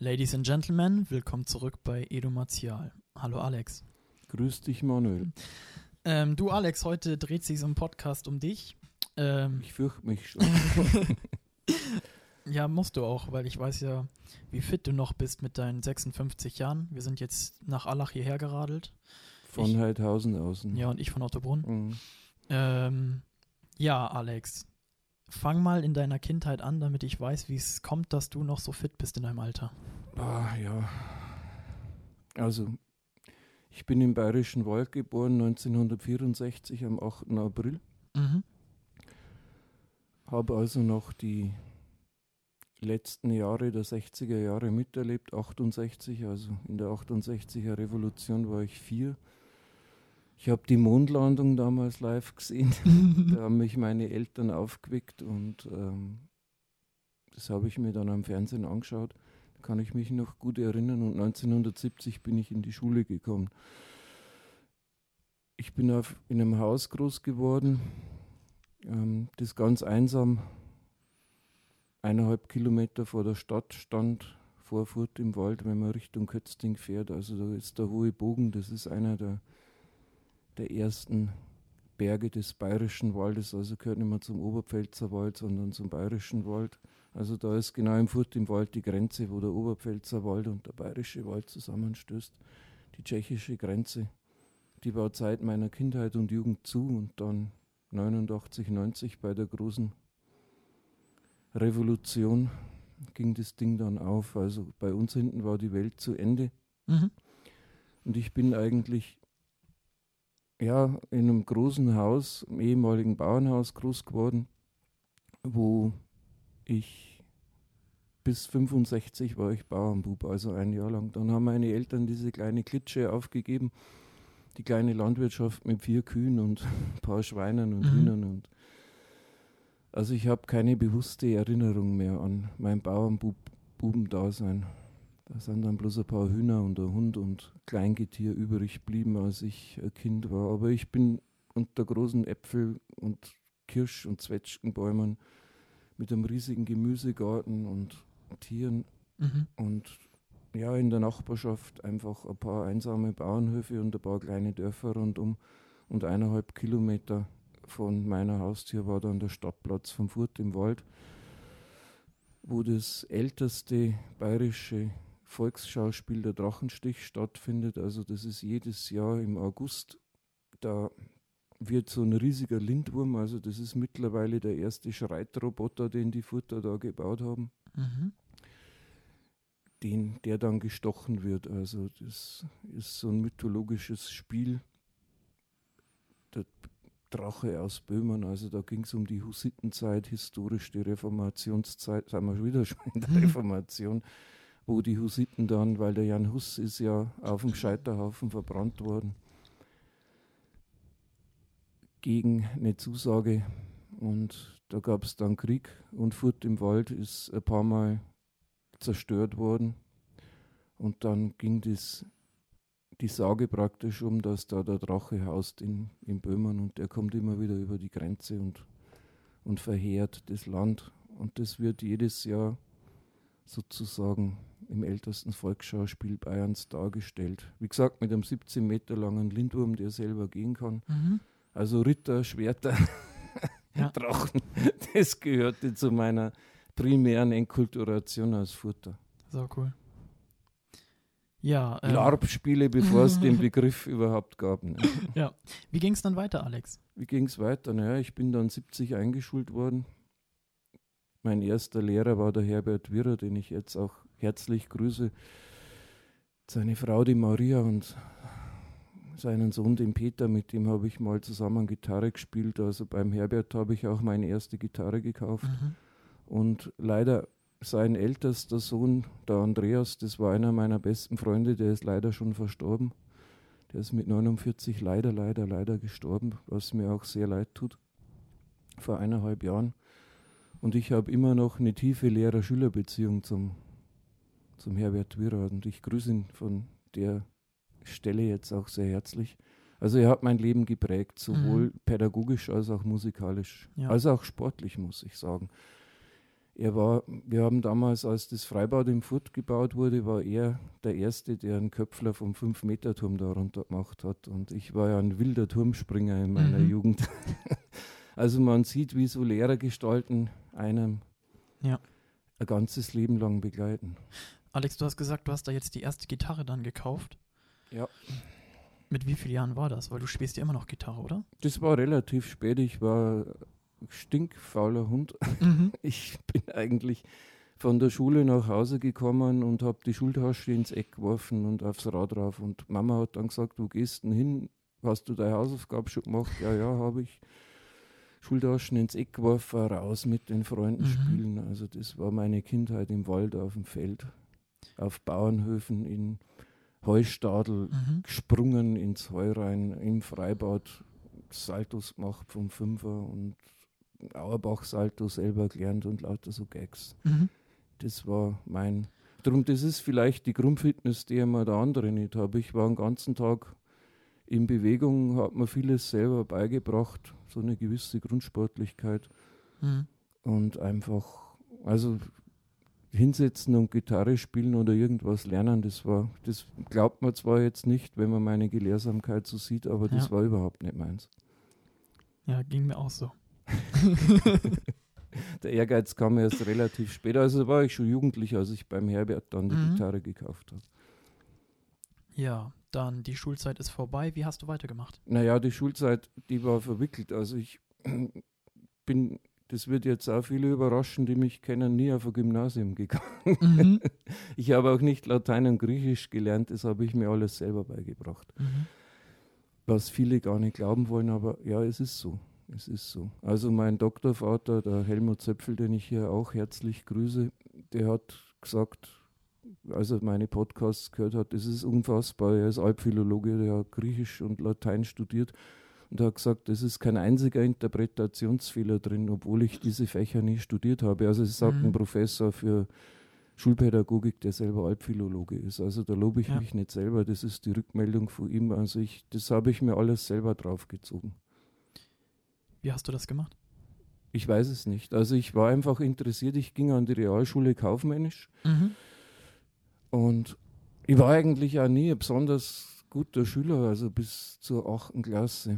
Ladies and Gentlemen, willkommen zurück bei Edo Martial. Hallo Alex. Grüß dich, Manuel. Du Alex, heute dreht sich so ein Podcast um dich. Ich fürchte mich schon. Ja, musst du auch, weil ich weiß ja, wie fit du noch bist mit deinen 56 Jahren. Wir sind jetzt nach Allach hierher geradelt. Von Heidhausen außen. Ja, und ich von Ottobrunn. Mhm. Ja, Alex, fang mal in deiner Kindheit an, damit ich weiß, wie es kommt, dass du noch so fit bist in deinem Alter. Ja. Also, ich bin im Bayerischen Wald geboren, 1964 am 8. April. Mhm. Habe also noch die letzten Jahre der 60er Jahre miterlebt, 68, also in der 68er Revolution war ich 4. Ich habe die Mondlandung damals live gesehen. Da haben mich meine Eltern aufgeweckt und das habe ich mir dann am Fernsehen angeschaut. Da kann ich mich noch gut erinnern und 1970 bin ich in die Schule gekommen. Ich bin in einem Haus groß geworden, das ganz einsam 1,5 Kilometer vor der Stadt stand, vor Furt im Wald, wenn man Richtung Kötzting fährt. Also da ist der Hohe Bogen, das ist einer der ersten Berge des Bayerischen Waldes, also gehört nicht mehr zum Oberpfälzer Wald, sondern zum Bayerischen Wald. Also da ist genau im Furt im Wald die Grenze, wo der Oberpfälzer Wald und der Bayerische Wald zusammenstößt. Die tschechische Grenze, die war Zeit meiner Kindheit und Jugend zu und dann 89, 90 bei der großen Revolution ging das Ding dann auf. Also bei uns hinten war die Welt zu Ende. Mhm. Und ich bin eigentlich in einem großen Haus, im ehemaligen Bauernhaus groß geworden, wo ich bis 65 war ich Bauernbub, also ein Jahr lang. Dann haben meine Eltern diese kleine Klitsche aufgegeben, die kleine Landwirtschaft mit 4 Kühen und ein paar Schweinen und Hühnern. Und also ich habe keine bewusste Erinnerung mehr an mein Bauernbubendasein. Da sind dann bloß ein paar Hühner und ein Hund und Kleingetier übrig geblieben, als ich ein Kind war. Aber ich bin unter großen Äpfel- und Kirsch- und Zwetschgenbäumen mit einem riesigen Gemüsegarten und Tieren und ja, in der Nachbarschaft einfach ein paar einsame Bauernhöfe und ein paar kleine Dörfer rundum und 1,5 Kilometer von meiner Haustür war dann der Stadtplatz von Furt im Wald, wo das älteste bayerische Volksschauspiel der Drachenstich stattfindet. Also das ist jedes Jahr im August. Da wird so ein riesiger Lindwurm, also das ist mittlerweile der erste Schreitroboter, den die Furter da gebaut haben, der dann gestochen wird. Also das ist so ein mythologisches Spiel. Der Drache aus Böhmen, also da ging es um die Hussitenzeit, historisch die Reformationszeit, sind wir schon wieder in der Reformation, wo die Hussiten dann, weil der Jan Hus ist ja auf dem Scheiterhaufen verbrannt worden, gegen eine Zusage und da gab es dann Krieg und Furt im Wald ist ein paar Mal zerstört worden und dann ging die Sage praktisch um, dass da der Drache haust in Böhmen und der kommt immer wieder über die Grenze und verheert das Land. Und das wird jedes Jahr sozusagen im ältesten Volksschauspiel Bayerns dargestellt. Wie gesagt, mit einem 17 Meter langen Lindwurm, der selber gehen kann. Also Ritter, Schwerter, Drachen, das gehörte zu meiner primären Enkulturation als Furter. So cool. Ja, LARP-Spiele, bevor es den Begriff überhaupt gab. Ne? Ja. Wie ging es dann weiter, Alex? Wie ging es weiter? Naja, ich bin dann 70 eingeschult worden. Mein erster Lehrer war der Herbert Wirrer, den ich jetzt auch herzlich grüße. Seine Frau, die Maria, und seinen Sohn, den Peter, mit dem habe ich mal zusammen Gitarre gespielt. Also beim Herbert habe ich auch meine erste Gitarre gekauft. Und leider sein ältester Sohn, der Andreas, das war einer meiner besten Freunde, der ist leider schon verstorben. Der ist mit 49 leider gestorben, was mir auch sehr leid tut, vor 1,5 Jahren. Und ich habe immer noch eine tiefe Lehrer-Schüler-Beziehung zum Herbert Wirrer und ich grüße ihn von der Stelle jetzt auch sehr herzlich. Also er hat mein Leben geprägt, sowohl pädagogisch als auch musikalisch, als auch sportlich, muss ich sagen. Wir haben damals, als das Freibad im Furt gebaut wurde, war er der Erste, der einen Köpfler vom 5-Meter-Turm da runter gemacht hat. Und ich war ja ein wilder Turmspringer in meiner Jugend. Also man sieht, wie so Lehrergestalten einem ein ganzes Leben lang begleiten. Alex, du hast gesagt, du hast da jetzt die erste Gitarre dann gekauft. Ja. Mit wie vielen Jahren war das? Weil du spielst ja immer noch Gitarre, oder? Das war relativ spät. Ich war stinkfauler Hund. Ich bin eigentlich von der Schule nach Hause gekommen und habe die Schultasche ins Eck geworfen und aufs Rad drauf. Und Mama hat dann gesagt, wo gehst denn hin? Hast du deine Hausaufgabe schon gemacht? Ja, habe ich. Schultaschen ins Eck geworfen, raus mit den Freunden spielen. Also das war meine Kindheit im Wald, auf dem Feld, auf Bauernhöfen, in Heustadel, gesprungen ins Heu rein, im Freibad Saltos gemacht vom Fünfer und Auerbach-Salto selber gelernt und lauter so Gags. Das war Darum, das ist vielleicht die Grundfitness, die immer der andere nicht habe. Ich war den ganzen Tag in Bewegung, hat mir vieles selber beigebracht, so eine gewisse Grundsportlichkeit. Und einfach, also hinsetzen und Gitarre spielen oder irgendwas lernen, das glaubt man zwar jetzt nicht, wenn man meine Gelehrsamkeit so sieht, aber das war überhaupt nicht meins. Ja, ging mir auch so. Der Ehrgeiz kam erst relativ spät, also war ich schon jugendlich, als ich beim Herbert dann die Gitarre gekauft habe. Ja, dann die Schulzeit ist vorbei. Wie hast du weitergemacht? Naja, die Schulzeit, die war verwickelt. Also ich bin, das wird jetzt auch viele überraschen, die mich kennen, nie auf ein Gymnasium gegangen. Ich habe auch nicht Latein und Griechisch gelernt, das habe ich mir alles selber beigebracht. Was viele gar nicht glauben wollen, aber ja, es ist so. Es ist so. Also mein Doktorvater, der Helmut Zöpfel, den ich hier auch herzlich grüße, der hat gesagt, als er meine Podcasts gehört hat, das ist unfassbar. Er ist Altphilologe, der hat Griechisch und Latein studiert und er hat gesagt, es ist kein einziger Interpretationsfehler drin, obwohl ich diese Fächer nie studiert habe. Also es sagt ein Professor für Schulpädagogik, der selber Altphilologe ist. Also da lobe ich mich nicht selber, das ist die Rückmeldung von ihm. Also das habe ich mir alles selber draufgezogen. Wie hast du das gemacht? Ich weiß es nicht. Also ich war einfach interessiert, ich ging an die Realschule kaufmännisch. Und ich war eigentlich auch nie ein besonders guter Schüler, also bis zur 8. Klasse.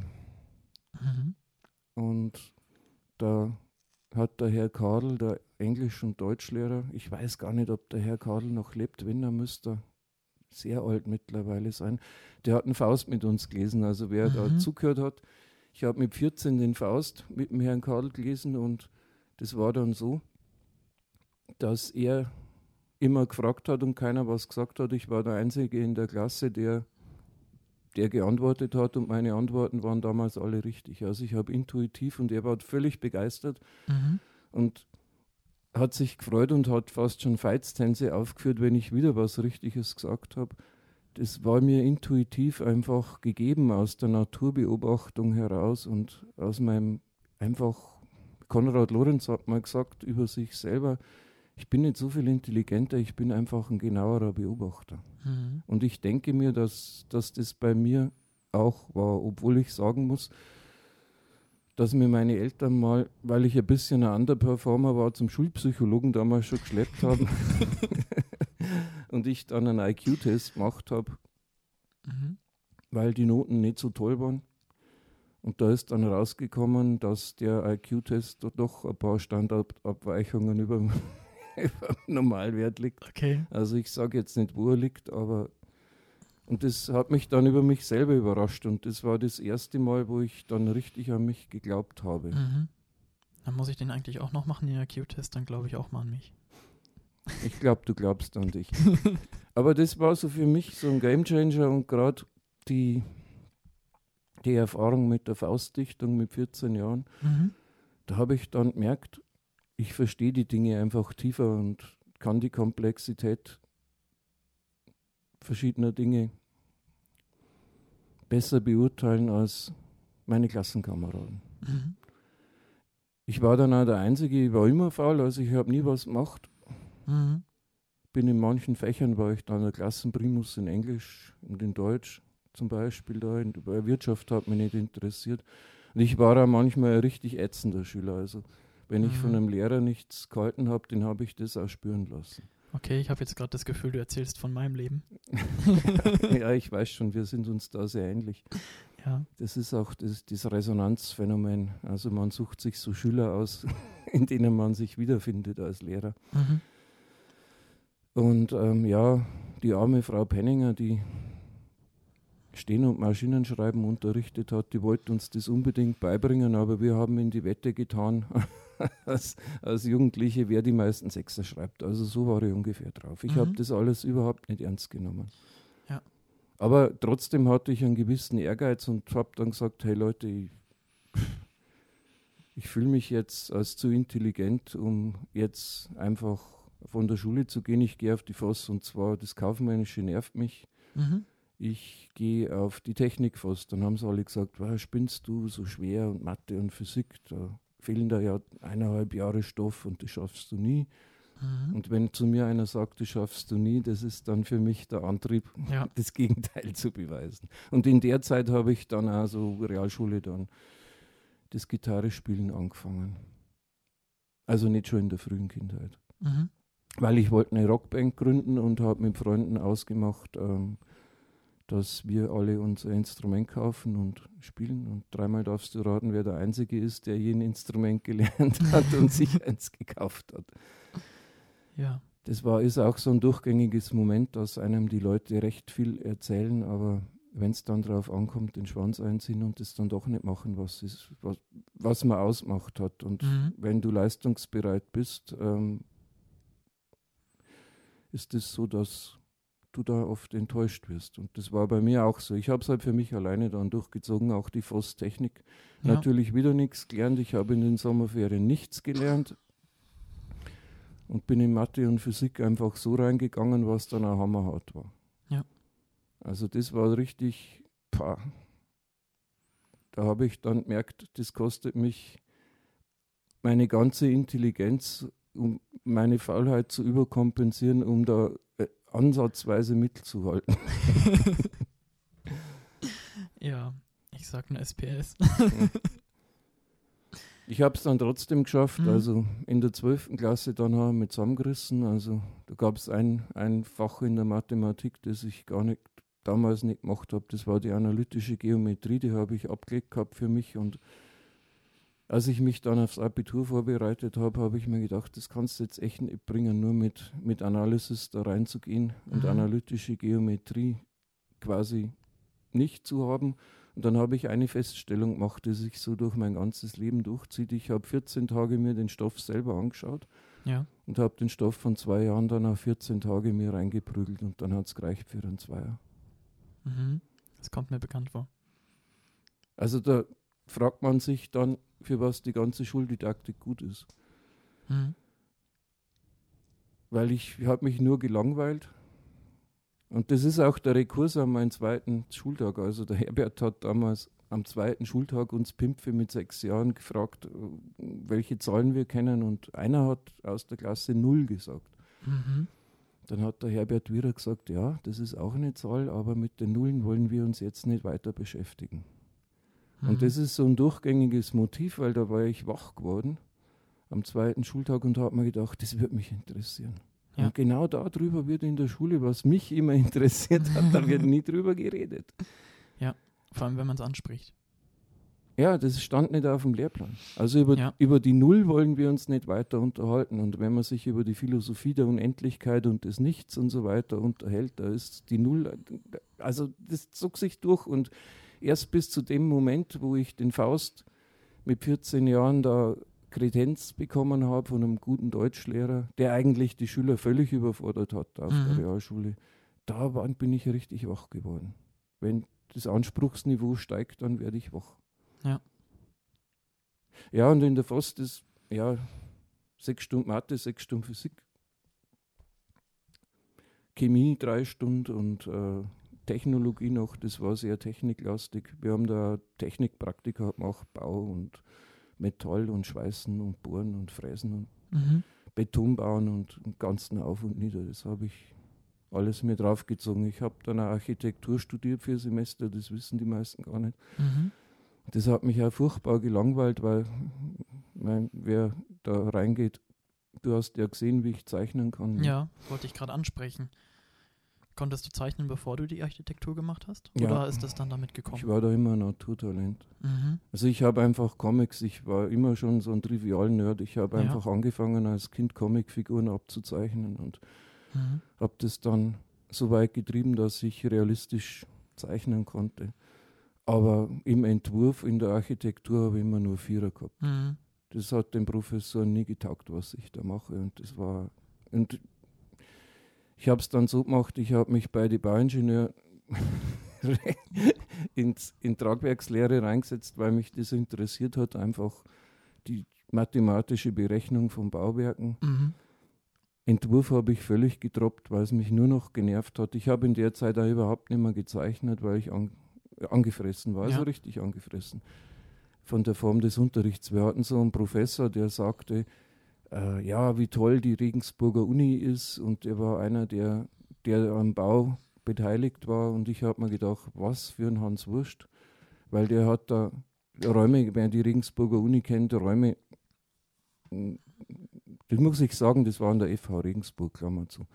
Und da hat der Herr Kadel, der Englisch- und Deutschlehrer, ich weiß gar nicht, ob der Herr Kadel noch lebt, wenn er müsste sehr alt mittlerweile sein, der hat einen Faust mit uns gelesen, also wer da zugehört hat. Ich habe mit 14 den Faust mit dem Herrn Kadel gelesen und das war dann so, dass er immer gefragt hat und keiner was gesagt hat. Ich war der Einzige in der Klasse, der geantwortet hat und meine Antworten waren damals alle richtig. Also ich habe intuitiv und er war völlig begeistert und hat sich gefreut und hat fast schon Veitstänze aufgeführt, wenn ich wieder was Richtiges gesagt habe. Das war mir intuitiv einfach gegeben aus der Naturbeobachtung heraus und aus meinem Konrad Lorenz hat mal gesagt über sich selber, ich bin nicht so viel intelligenter, ich bin einfach ein genauerer Beobachter. Und ich denke mir, dass das bei mir auch war, obwohl ich sagen muss, dass mir meine Eltern mal, weil ich ein bisschen ein Underperformer war, zum Schulpsychologen damals schon geschleppt haben und ich dann einen IQ-Test gemacht habe, weil die Noten nicht so toll waren. Und da ist dann rausgekommen, dass der IQ-Test doch ein paar Standardabweichungen über dem Normalwert liegt. Okay. Also ich sage jetzt nicht, wo er liegt, aber und das hat mich dann über mich selber überrascht und das war das erste Mal, wo ich dann richtig an mich geglaubt habe. Dann muss ich den eigentlich auch noch machen, den IQ-Test, dann glaube ich auch mal an mich. Ich glaube, du glaubst an dich. Aber das war so für mich so ein Gamechanger und gerade die Erfahrung mit der Faustdichtung mit 14 Jahren, da habe ich dann gemerkt, ich verstehe die Dinge einfach tiefer und kann die Komplexität verschiedener Dinge besser beurteilen als meine Klassenkameraden. Ich war dann auch der Einzige, ich war immer faul, also ich habe nie was gemacht. Bin in manchen Fächern, war ich dann der Klassenprimus in Englisch und in Deutsch zum Beispiel. Bei Wirtschaft hat mich nicht interessiert. Und ich war auch manchmal ein richtig ätzender Schüler. Also Wenn ich von einem Lehrer nichts gehalten habe, den habe ich das auch spüren lassen. Okay, ich habe jetzt gerade das Gefühl, du erzählst von meinem Leben. Ja, ich weiß schon, wir sind uns da sehr ähnlich. Ja. Das ist auch das Resonanzphänomen. Also man sucht sich so Schüler aus, in denen man sich wiederfindet als Lehrer. Mhm. Und ja, die arme Frau Penninger, die Stehen- und Maschinenschreiben unterrichtet hat, die wollte uns das unbedingt beibringen, aber wir haben in die Wette getan, als Jugendliche, wer die meisten Sechser schreibt. Also so war ich ungefähr drauf. Ich habe das alles überhaupt nicht ernst genommen. Ja. Aber trotzdem hatte ich einen gewissen Ehrgeiz und habe dann gesagt, hey Leute, ich fühle mich jetzt als zu intelligent, um jetzt einfach von der Schule zu gehen. Ich gehe auf die FOS und zwar das Kaufmännische nervt mich. Mhm. Ich gehe auf die Technik FOS. Dann haben sie alle gesagt, was spinnst du, so schwer und Mathe und Physik, da fehlen da ja 1,5 Jahre Stoff und das schaffst du nie. Und wenn zu mir einer sagt, das schaffst du nie, das ist dann für mich der Antrieb, das Gegenteil zu beweisen. Und in der Zeit habe ich dann auch so Realschule dann das Gitarrespielen angefangen. Also nicht schon in der frühen Kindheit. Mhm. Weil ich wollte eine Rockband gründen und habe mit Freunden ausgemacht, dass wir alle unser Instrument kaufen und spielen. Und dreimal darfst du raten, wer der Einzige ist, der je ein Instrument gelernt hat und sich eins gekauft hat. Ja. Das ist auch so ein durchgängiges Moment, dass einem die Leute recht viel erzählen, aber wenn es dann darauf ankommt, den Schwanz einziehen und das dann doch nicht machen, was man ausmacht hat. Und wenn du leistungsbereit bist, ist es so, dass du da oft enttäuscht wirst. Und das war bei mir auch so. Ich habe es halt für mich alleine dann durchgezogen, auch die FOS-Technik. Ja. Natürlich wieder nichts gelernt. Ich habe in den Sommerferien nichts gelernt und bin in Mathe und Physik einfach so reingegangen, was dann auch hammerhart war. Ja. Also das war richtig, da habe ich dann gemerkt, das kostet mich meine ganze Intelligenz, um meine Faulheit zu überkompensieren, um da ansatzweise mitzuhalten. Ja, ich sag nur SPS. Ich habe es dann trotzdem geschafft, also in der 12. Klasse dann haben wir zusammengerissen, also da gab es ein Fach in der Mathematik, das ich damals nicht gemacht habe, das war die analytische Geometrie, die habe ich abgelegt gehabt für mich und als ich mich dann aufs Abitur vorbereitet habe, habe ich mir gedacht, das kannst du jetzt echt nicht bringen, nur mit Analysis da reinzugehen und analytische Geometrie quasi nicht zu haben. Und dann habe ich eine Feststellung gemacht, die sich so durch mein ganzes Leben durchzieht. Ich habe 14 Tage mir den Stoff selber angeschaut und habe den Stoff von 2 Jahren dann auf 14 Tage mir reingeprügelt und dann hat es gereicht für einen Zweier. Das kommt mir bekannt vor. Also da fragt man sich dann, für was die ganze Schuldidaktik gut ist. Weil ich habe mich nur gelangweilt. Und das ist auch der Rekurs an meinen zweiten Schultag. Also der Herbert hat damals am zweiten Schultag uns Pimpfe mit 6 Jahren gefragt, welche Zahlen wir kennen. Und einer hat aus der Klasse 0 gesagt. Dann hat der Herbert wieder gesagt, ja, das ist auch eine Zahl, aber mit den Nullen wollen wir uns jetzt nicht weiter beschäftigen. Und das ist so ein durchgängiges Motiv, weil da war ich wach geworden am zweiten Schultag und habe mir gedacht, das wird mich interessieren. Ja. Und genau darüber wird in der Schule, was mich immer interessiert hat, da wird nie drüber geredet. Ja, vor allem wenn man es anspricht. Ja, das stand nicht auf dem Lehrplan. Also über die Null wollen wir uns nicht weiter unterhalten. Und wenn man sich über die Philosophie der Unendlichkeit und des Nichts und so weiter unterhält, da ist die Null, also das zog sich durch und erst bis zu dem Moment, wo ich den Faust mit 14 Jahren da Kredenz bekommen habe von einem guten Deutschlehrer, der eigentlich die Schüler völlig überfordert hat auf der Realschule, bin ich richtig wach geworden. Wenn das Anspruchsniveau steigt, dann werde ich wach. Ja. Ja, und in der FOS ist 6 Stunden Mathe, 6 Stunden Physik, Chemie 3 Stunden und Technologie noch, das war sehr techniklastig. Wir haben da Technikpraktika gemacht, Bau und Metall und Schweißen und Bohren und Fräsen und Beton bauen und im Ganzen auf und nieder. Das habe ich alles mir draufgezogen. Ich habe dann auch Architektur studiert 4 Semester, das wissen die meisten gar nicht. Das hat mich auch furchtbar gelangweilt, weil wer da reingeht. Du hast ja gesehen, wie ich zeichnen kann. Ja, wollte ich gerade ansprechen. Konntest du zeichnen, bevor du die Architektur gemacht hast? Ja. Oder ist das dann damit gekommen? Ich war da immer ein Naturtalent. Mhm. Also ich habe einfach Comics, ich war immer schon so ein Trivial-Nerd. Ich habe einfach angefangen, als Kind Comicfiguren abzuzeichnen und habe das dann so weit getrieben, dass ich realistisch zeichnen konnte. Aber im Entwurf, in der Architektur habe ich immer nur Vierer gehabt. Mhm. Das hat dem Professor nie getaugt, was ich da mache. Und ich habe es dann so gemacht, ich habe mich bei den Bauingenieuren in Tragwerkslehre reingesetzt, weil mich das interessiert hat, einfach die mathematische Berechnung von Bauwerken. Mhm. Entwurf habe ich völlig gedroppt, weil es mich nur noch genervt hat. Ich habe in der Zeit auch überhaupt nicht mehr gezeichnet, weil ich angefressen war, also richtig angefressen von der Form des Unterrichts. Wir hatten so einen Professor, der sagte, ja, wie toll die Regensburger Uni ist, und er war einer, der am Bau beteiligt war, und ich habe mir gedacht, was für ein Hans Wurst, weil der hat da Räume, wer die Regensburger Uni kennt, Räume, das muss ich sagen, das war an der FH Regensburg, Klammer zu,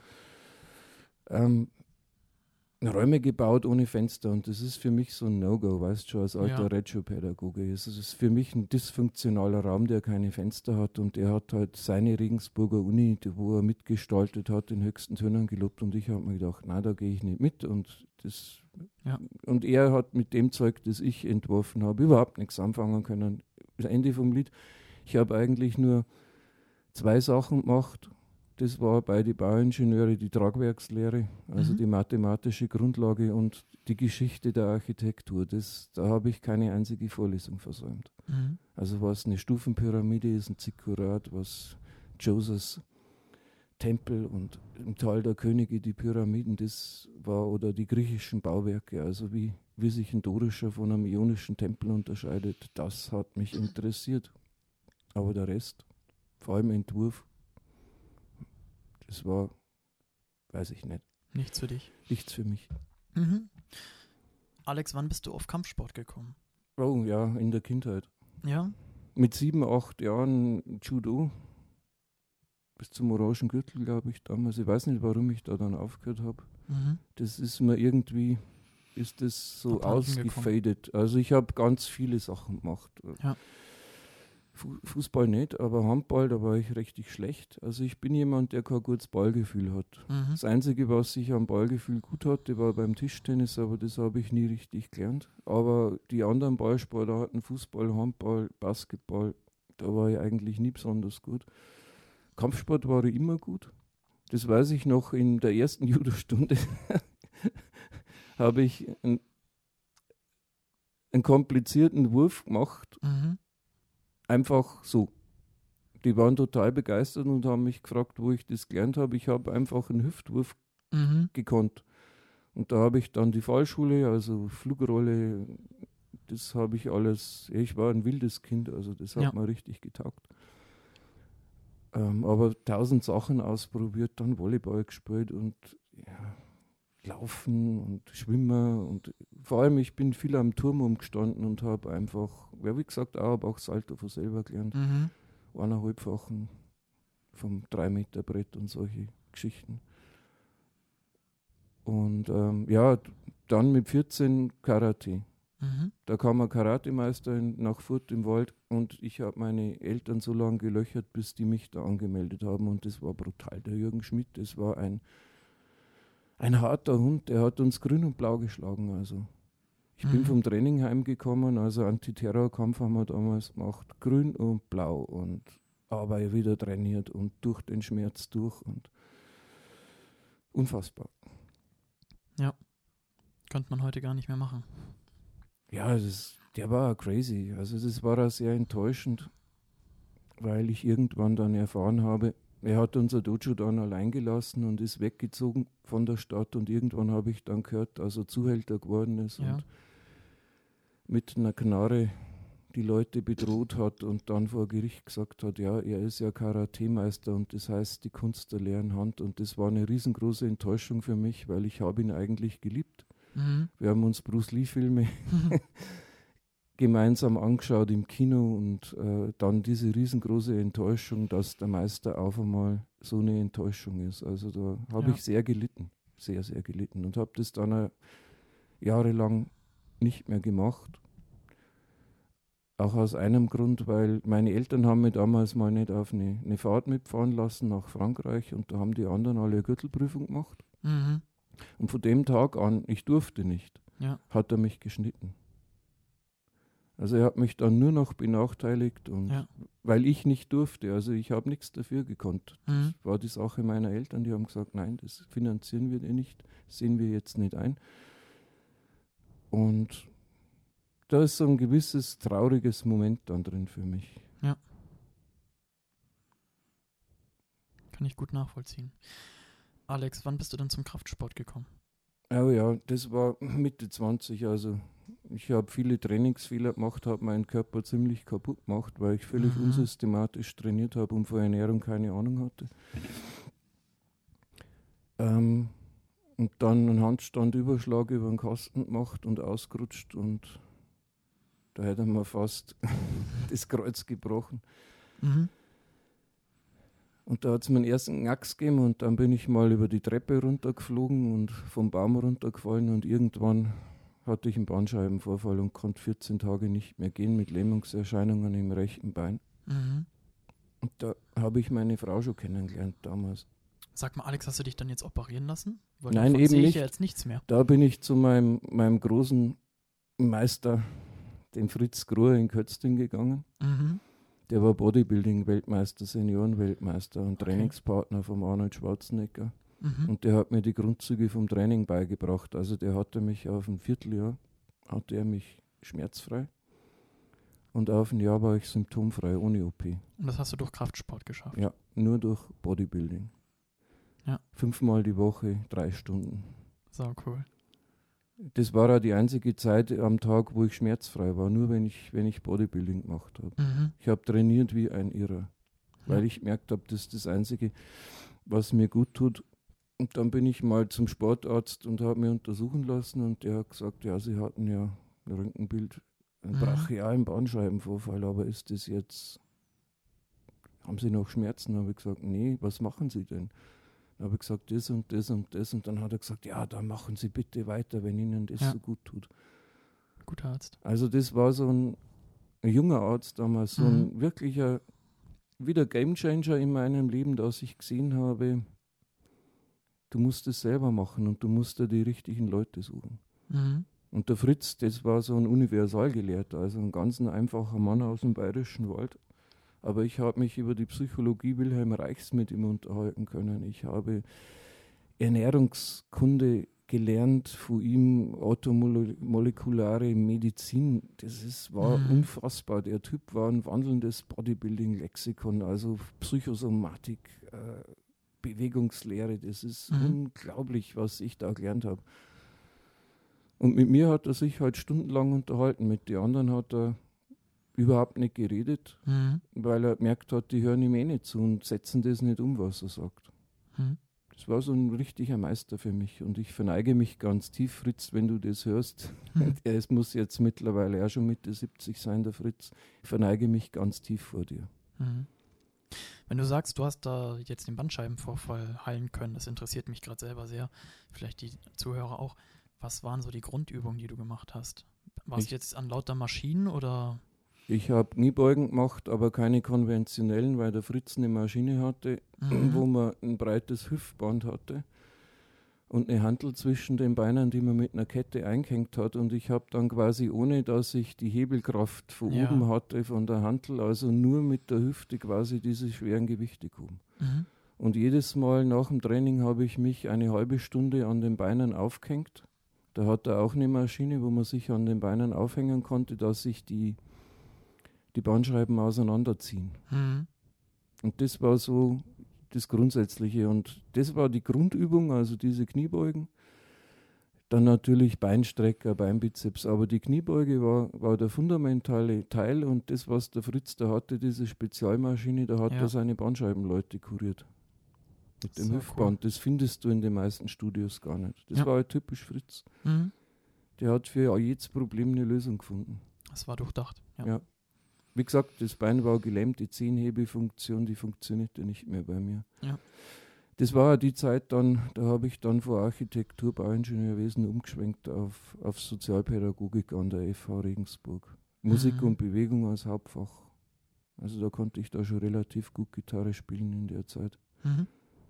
Räume gebaut ohne Fenster, und das ist für mich so ein No-Go, weißt du schon, als alter Reggio-Pädagoge. Es ist für mich ein dysfunktionaler Raum, der keine Fenster hat, und er hat halt seine Regensburger Uni, wo er mitgestaltet hat, in höchsten Tönen gelobt, und ich habe mir gedacht, na, da gehe ich nicht mit, und er hat mit dem Zeug, das ich entworfen habe, überhaupt nichts anfangen können. Das Ende vom Lied, ich habe eigentlich nur 2 Sachen gemacht. Das war bei den Bauingenieure die Tragwerkslehre, also die mathematische Grundlage und die Geschichte der Architektur. Da habe ich keine einzige Vorlesung versäumt. Mhm. Also was eine Stufenpyramide ist, ein Zikkurat, was Djosephs Tempel und im Tal der Könige die Pyramiden, das war, oder die griechischen Bauwerke, also wie sich ein dorischer von einem ionischen Tempel unterscheidet, das hat mich interessiert. Aber der Rest, vor allem Entwurf, das war, weiß ich nicht. Nichts für dich. Nichts für mich. Mhm. Alex, wann bist du auf Kampfsport gekommen? Oh ja, in der Kindheit. Ja? Mit 7, 8 Jahren Judo. Bis zum orangen Gürtel, glaube ich, damals. Ich weiß nicht, warum ich da dann aufgehört habe. Mhm. Das ist mir irgendwie, ist das so ausgefadet. Also ich habe ganz viele Sachen gemacht. Ja. Fußball nicht, aber Handball, da war ich richtig schlecht. Also ich bin jemand, der kein gutes Ballgefühl hat. Mhm. Das Einzige, was ich am Ballgefühl gut hatte, war beim Tischtennis, aber das habe ich nie richtig gelernt. Aber die anderen Ballsportarten, Fußball, Handball, Basketball, da war ich eigentlich nie besonders gut. Kampfsport war ich immer gut. Das weiß ich noch, in der ersten Judo-Stunde habe ich einen komplizierten Wurf gemacht. Mhm. Einfach so. Die waren total begeistert und haben mich gefragt, wo ich das gelernt habe. Ich habe einfach einen Hüftwurf gekonnt. Und da habe ich dann die Fallschule, also Flugrolle, das habe ich alles, ich war ein wildes Kind, also das hat mir richtig getaugt. Aber 1000 Sachen ausprobiert, dann Volleyball gespielt und Laufen und Schwimmen, und vor allem ich bin viel am Turm umgestanden und habe einfach, wie gesagt, auch Salto von selber gelernt. 1,5-fachen vom 3-Meter-Brett und solche Geschichten. Und dann mit 14 Karate. Da kam ein Karatemeister nach Furth im Wald, und ich habe meine Eltern so lange gelöchert, bis die mich da angemeldet haben, und das war brutal. Der Jürgen Schmidt, das war ein harter Hund, der hat uns grün und blau geschlagen. Also ich bin vom Training heimgekommen, also Antiterrorkampf haben wir damals gemacht, grün und blau, und aber wieder trainiert und durch den Schmerz durch, und unfassbar. Ja, könnte man heute gar nicht mehr machen. Ja, der war crazy. Also das war auch sehr enttäuschend, weil ich irgendwann dann erfahren habe, er hat unser Dojo dann allein gelassen und ist weggezogen von der Stadt, und irgendwann habe ich dann gehört, dass er Zuhälter geworden ist und mit einer Knarre die Leute bedroht hat und dann vor Gericht gesagt hat, ja, er ist ja Karatemeister und das heißt die Kunst der leeren Hand, und das war eine riesengroße Enttäuschung für mich, weil ich habe ihn eigentlich geliebt. Wir haben uns Bruce Lee Filme gemeinsam angeschaut im Kino und dann diese riesengroße Enttäuschung, dass der Meister auf einmal so eine Enttäuschung ist. Also da habe ich sehr gelitten, sehr, sehr gelitten und habe das dann jahrelang nicht mehr gemacht. Auch aus einem Grund, weil meine Eltern haben mich damals mal nicht auf eine Fahrt mitfahren lassen nach Frankreich und da haben die anderen alle eine Gürtelprüfung gemacht. Mhm. Und von dem Tag an, ich durfte nicht, hat er mich geschnitten. Also er hat mich dann nur noch benachteiligt und weil ich nicht durfte, also ich habe nichts dafür gekonnt. Das war die Sache meiner Eltern, die haben gesagt, nein, das finanzieren wir nicht, sehen wir jetzt nicht ein. Und da ist so ein gewisses trauriges Moment dann drin für mich. Ja. Kann ich gut nachvollziehen. Alex, wann bist du denn zum Kraftsport gekommen? Oh ja, das war Mitte 20, also ich habe viele Trainingsfehler gemacht, habe meinen Körper ziemlich kaputt gemacht, weil ich völlig unsystematisch trainiert habe und von Ernährung keine Ahnung hatte. Und dann einen Handstandüberschlag über den Kasten gemacht und ausgerutscht und da hätte man fast das Kreuz gebrochen. Mhm. Und da hat es mir einen ersten Knacks gegeben und dann bin ich mal über die Treppe runtergeflogen und vom Baum runtergefallen und irgendwann hatte ich einen Bandscheibenvorfall und konnte 14 Tage nicht mehr gehen mit Lähmungserscheinungen im rechten Bein. Mhm. Und da habe ich meine Frau schon kennengelernt damals. Sag mal, Alex, hast du dich dann jetzt operieren lassen? Weil Nein, davon eben sehe ich nicht. ja jetzt nichts mehr. Da bin ich zu meinem großen Meister, dem Fritz Grohe in Kötzting gegangen. Mhm. Der war Bodybuilding-Weltmeister, Senioren-Weltmeister und Trainingspartner von Arnold Schwarzenegger. Mhm. Und der hat mir die Grundzüge vom Training beigebracht. Also der hatte mich auf ein Vierteljahr, hatte er mich schmerzfrei. Und auf ein Jahr war ich symptomfrei, ohne OP. Und das hast du durch Kraftsport geschafft? Ja, nur durch Bodybuilding. Ja. 5-mal die Woche, 3 Stunden. So cool. Das war auch die einzige Zeit am Tag, wo ich schmerzfrei war, nur wenn ich Bodybuilding gemacht habe. Mhm. Ich habe trainiert wie ein Irrer, weil ich gemerkt habe, das ist das Einzige, was mir gut tut. Und dann bin ich mal zum Sportarzt und habe mich untersuchen lassen und der hat gesagt, ja, Sie hatten ja ein Röntgenbild, einen brachialen Bandscheibenvorfall, aber ist das jetzt, haben Sie noch Schmerzen? Da habe ich gesagt, nee, was machen Sie denn? Da habe ich gesagt, das und das und das. Und dann hat er gesagt, ja, dann machen Sie bitte weiter, wenn Ihnen das so gut tut. Guter Arzt. Also das war so ein junger Arzt damals, so ein wirklicher, wieder Gamechanger in meinem Leben, dass ich gesehen habe, du musst es selber machen und du musst dir die richtigen Leute suchen. Mhm. Und der Fritz, das war so ein Universalgelehrter, also ein ganz einfacher Mann aus dem Bayerischen Wald. Aber ich habe mich über die Psychologie Wilhelm Reichs mit ihm unterhalten können. Ich habe Ernährungskunde gelernt von ihm, automolekulare Medizin. Das war unfassbar. Der Typ war ein wandelndes Bodybuilding-Lexikon, also Psychosomatik, Bewegungslehre. Das ist unglaublich, was ich da gelernt habe. Und mit mir hat er sich halt stundenlang unterhalten. Mit den anderen hat er überhaupt nicht geredet, weil er gemerkt hat, die hören ihm eh nicht zu und setzen das nicht um, was er sagt. Das war so ein richtiger Meister für mich und ich verneige mich ganz tief, Fritz, wenn du das hörst. Er muss jetzt mittlerweile auch schon Mitte 70 sein, der Fritz. Ich verneige mich ganz tief vor dir. Wenn du sagst, du hast da jetzt den Bandscheibenvorfall heilen können, das interessiert mich gerade selber sehr, vielleicht die Zuhörer auch. Was waren so die Grundübungen, die du gemacht hast? Warst du jetzt an lauter Maschinen oder? Ich habe Kniebeugen gemacht, aber keine konventionellen, weil der Fritz eine Maschine hatte, wo man ein breites Hüftband hatte und eine Hantel zwischen den Beinen, die man mit einer Kette eingehängt hat. Und ich habe dann quasi, ohne dass ich die Hebelkraft von oben hatte, von der Hantel, also nur mit der Hüfte quasi diese schweren Gewichte gehoben. Und jedes Mal nach dem Training habe ich mich eine halbe Stunde an den Beinen aufgehängt. Da hat er auch eine Maschine, wo man sich an den Beinen aufhängen konnte, dass sich die Bandscheiben auseinanderziehen. Und das war so das Grundsätzliche. Und das war die Grundübung, also diese Kniebeugen. Dann natürlich Beinstrecker, Beinbizeps. Aber die Kniebeuge war der fundamentale Teil. Und das, was der Fritz da hatte, diese Spezialmaschine, da hat er seine Bandscheibenleute kuriert. Mit dem Hüftband. Cool. Das findest du in den meisten Studios gar nicht. Das war halt typisch Fritz. Der hat für jedes Problem eine Lösung gefunden. Das war durchdacht. Ja. Ja. Wie gesagt, das Bein war gelähmt, die Zehenhebefunktion, die funktionierte nicht mehr bei mir. Ja. Das war ja die Zeit dann, da habe ich dann von Architektur, Bauingenieurwesen umgeschwenkt auf Sozialpädagogik an der FH Regensburg. Musik und Bewegung als Hauptfach. Also da konnte ich da schon relativ gut Gitarre spielen in der Zeit. Mhm.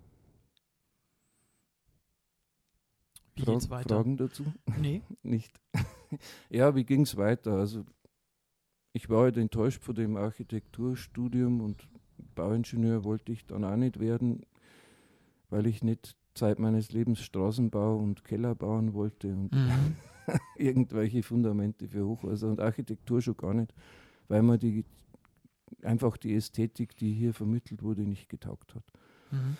Wie geht's weiter? Fragen dazu? Nee. Nicht. Ja, wie ging es weiter? Also ich war halt enttäuscht von dem Architekturstudium und Bauingenieur wollte ich dann auch nicht werden, weil ich nicht Zeit meines Lebens Straßenbau und Keller bauen wollte und irgendwelche Fundamente für Hochhäuser und Architektur schon gar nicht, weil mir einfach die Ästhetik, die hier vermittelt wurde, nicht getaugt hat. Mhm.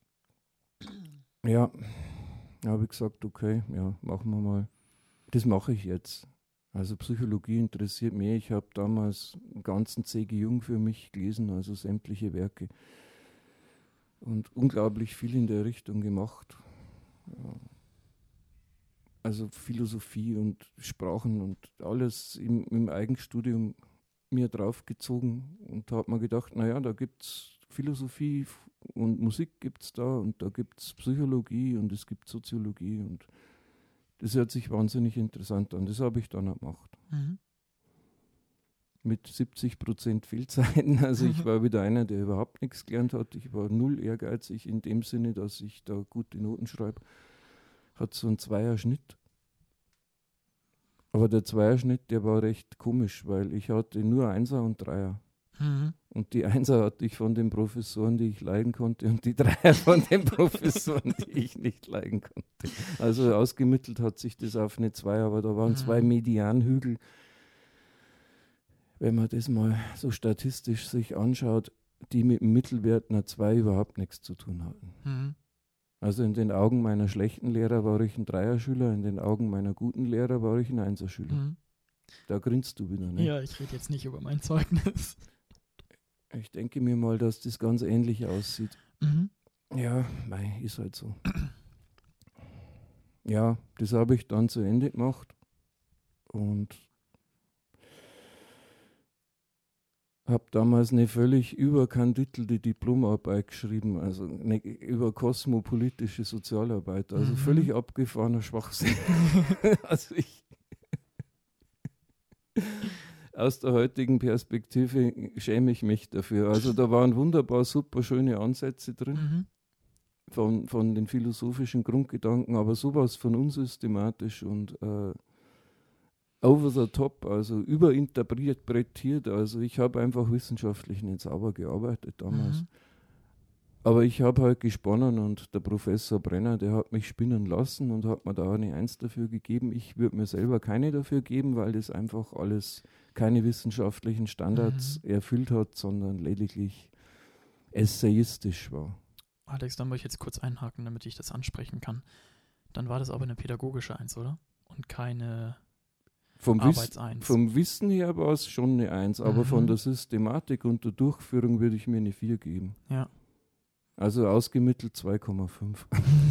Ja, da habe ich gesagt, okay, ja, machen wir mal. Das mache ich jetzt. Also Psychologie interessiert mich. Ich habe damals einen ganzen C.G. Jung für mich gelesen, also sämtliche Werke. Und unglaublich viel in der Richtung gemacht. Ja. Also Philosophie und Sprachen und alles im Eigenstudium mir draufgezogen und habe mir gedacht, naja, da gibt es Philosophie und Musik gibt es da und da gibt es Psychologie und es gibt Soziologie und das hört sich wahnsinnig interessant an. Das habe ich dann auch gemacht. Mhm. Mit 70% Fehlzeiten. Also ich war wieder einer, der überhaupt nichts gelernt hat. Ich war null ehrgeizig in dem Sinne, dass ich da gute Noten schreibe. Hat so einen Zweierschnitt. Aber der Zweierschnitt, der war recht komisch, weil ich hatte nur Einser und Dreier. Mhm. Und die Einser hatte ich von den Professoren, die ich leiden konnte, und die Dreier von den Professoren, die ich nicht leiden konnte. Also ausgemittelt hat sich das auf eine 2, aber da waren 2 Medianhügel. Wenn man das mal so statistisch sich anschaut, die mit dem Mittelwert einer 2 überhaupt nichts zu tun hatten. Mhm. Also in den Augen meiner schlechten Lehrer war ich ein Dreierschüler, in den Augen meiner guten Lehrer war ich ein Einserschüler. Mhm. Da grinst du wieder, ne? Ja, ich rede jetzt nicht über mein Zeugnis. Ich denke mir mal, dass das ganz ähnlich aussieht. Mhm. Ja, mei, ist halt so. Ja, das habe ich dann zu Ende gemacht und habe damals eine völlig überkandidelte Diplomarbeit geschrieben, also über kosmopolitische Sozialarbeit, also völlig abgefahrener Schwachsinn. Also aus der heutigen Perspektive schäme ich mich dafür. Also da waren wunderbar super schöne Ansätze drin von den philosophischen Grundgedanken, aber sowas von unsystematisch und over the top, also überinterpretiert. Also ich habe einfach wissenschaftlich nicht sauber gearbeitet damals. Aber ich habe halt gesponnen und der Professor Brenner, der hat mich spinnen lassen und hat mir da eine 1 dafür gegeben. Ich würde mir selber keine dafür geben, weil das einfach alles keine wissenschaftlichen Standards erfüllt hat, sondern lediglich essayistisch war. Alex, dann muss ich jetzt kurz einhaken, damit ich das ansprechen kann. Dann war das aber eine pädagogische 1, oder? Und keine Arbeits 1. Vom Wissen her war es schon eine 1, aber von der Systematik und der Durchführung würde ich mir eine 4 geben. Ja. Also ausgemittelt 2,5.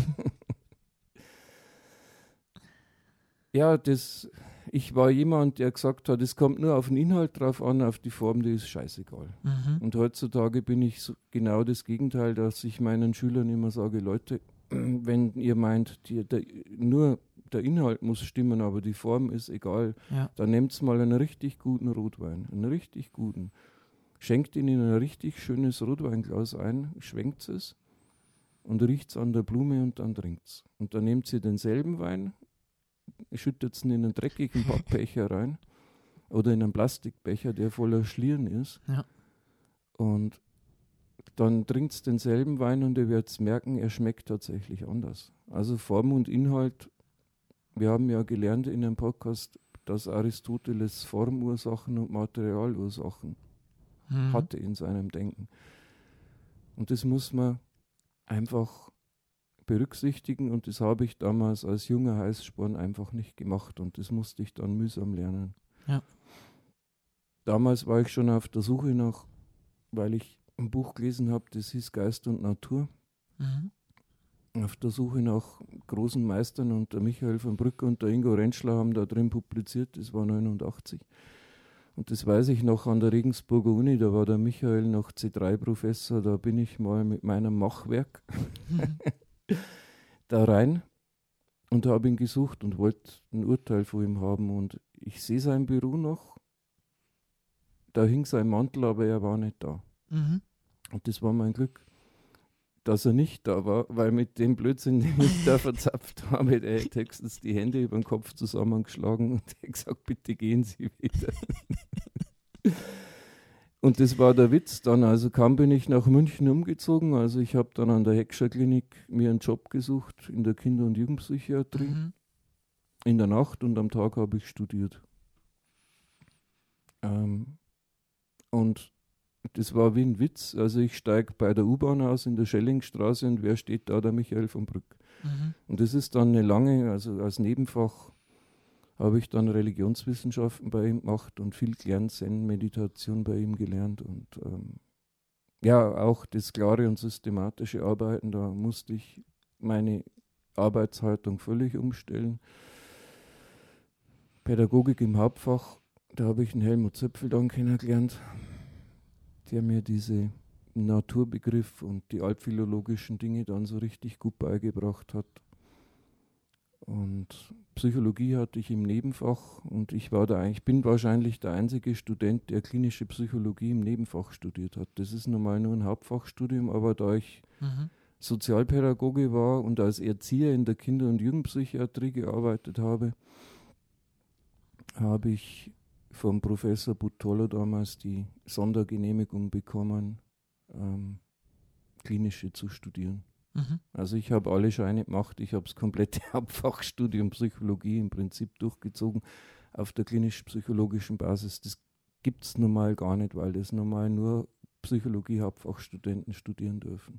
Ja, ich war jemand, der gesagt hat, es kommt nur auf den Inhalt drauf an, auf die Form, die ist scheißegal. Und heutzutage bin ich so genau das Gegenteil, dass ich meinen Schülern immer sage, Leute, wenn ihr meint, nur der Inhalt muss stimmen, aber die Form ist egal, dann nehmt mal einen richtig guten Rotwein, einen richtig guten. Schenkt ihn in ein richtig schönes Rotweinglas ein, schwenkt es und riecht es an der Blume und dann trinkt es. Und dann nehmt ihr denselben Wein, schüttet es in einen dreckigen Pappbecher rein oder in einen Plastikbecher, der voller Schlieren ist. Ja. Und dann trinkt es denselben Wein und ihr werdet merken, er schmeckt tatsächlich anders. Also Form und Inhalt, wir haben ja gelernt in einem Podcast, dass Aristoteles Formursachen und Materialursachen hatte in seinem Denken. Und das muss man einfach berücksichtigen und das habe ich damals als junger Heißsporn einfach nicht gemacht und das musste ich dann mühsam lernen. Ja. Damals war ich schon auf der Suche nach, weil ich ein Buch gelesen habe, das hieß Geist und Natur. Auf der Suche nach großen Meistern und der Michael von Brücke und der Ingo Rentschler haben da drin publiziert, das war 89. Und das weiß ich noch an der Regensburger Uni, da war der Michael noch C3-Professor, da bin ich mal mit meinem Machwerk da rein und habe ihn gesucht und wollte ein Urteil von ihm haben. Und ich sehe sein Büro noch, da hing sein Mantel, aber er war nicht da. Mhm. Und das war mein Glück, dass er nicht da war, weil mit dem Blödsinn, den ich da verzapft habe, der hätte höchstens die Hände über den Kopf zusammengeschlagen und hätte gesagt, bitte gehen Sie wieder. Und das war der Witz dann. Also kaum bin ich nach München umgezogen. Also ich habe dann an der Heckscher Klinik mir einen Job gesucht in der Kinder- und Jugendpsychiatrie. In der Nacht und am Tag habe ich studiert. Und das war wie ein Witz. Also ich steige bei der U-Bahn aus in der Schellingstraße und wer steht da? Der Michael von Brück. Und das ist dann eine lange, also als Nebenfach habe ich dann Religionswissenschaften bei ihm gemacht und viel gelernt, Zen-Meditation bei ihm gelernt und ja, auch das klare und systematische Arbeiten, da musste ich meine Arbeitshaltung völlig umstellen. Pädagogik im Hauptfach, da habe ich den Helmut Zöpfel dann kennengelernt, der mir diese Naturbegriff und die altphilologischen Dinge dann so richtig gut beigebracht hat. Und Psychologie hatte ich im Nebenfach und ich bin wahrscheinlich der einzige Student, der klinische Psychologie im Nebenfach studiert hat. Das ist normal nur ein Hauptfachstudium, aber da ich Sozialpädagoge war und als Erzieher in der Kinder- und Jugendpsychiatrie gearbeitet habe, habe ich vom Professor Buttolo damals die Sondergenehmigung bekommen, klinische zu studieren. Also ich habe alle Scheine gemacht, ich habe das komplette Hauptfachstudium Psychologie im Prinzip durchgezogen auf der klinisch-psychologischen Basis. Das gibt es normal gar nicht, weil das normal nur Psychologie-Hauptfachstudenten studieren dürfen.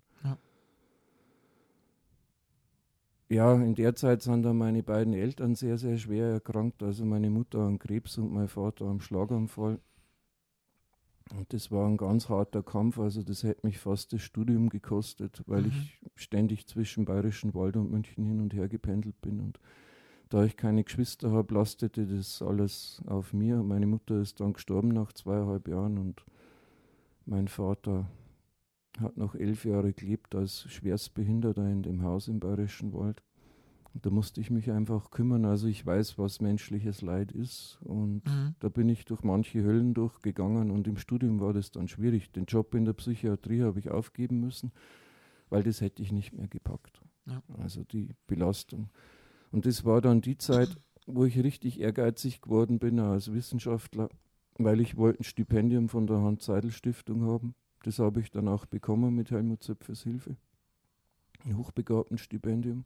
Ja, in der Zeit sind dann meine beiden Eltern sehr, sehr schwer erkrankt. Also meine Mutter an Krebs und mein Vater am Schlaganfall. Und das war ein ganz harter Kampf, also das hätte mich fast das Studium gekostet, weil ich ständig zwischen Bayerischen Wald und München hin und her gependelt bin. Und da ich keine Geschwister habe, lastete das alles auf mir. Meine Mutter ist dann gestorben nach 2,5 Jahren und mein Vater hat noch 11 Jahre gelebt als Schwerstbehinderter in dem Haus im Bayerischen Wald. Da musste ich mich einfach kümmern. Also ich weiß, was menschliches Leid ist und da bin ich durch manche Höllen durchgegangen und im Studium war das dann schwierig. Den Job in der Psychiatrie habe ich aufgeben müssen, weil das hätte ich nicht mehr gepackt. Ja. Also die Belastung. Und das war dann die Zeit, wo ich richtig ehrgeizig geworden bin als Wissenschaftler, weil ich wollte ein Stipendium von der Hans-Seidel-Stiftung haben. Das habe ich dann auch bekommen mit Helmut Zöpfers Hilfe. Ein Hochbegabtenstipendium.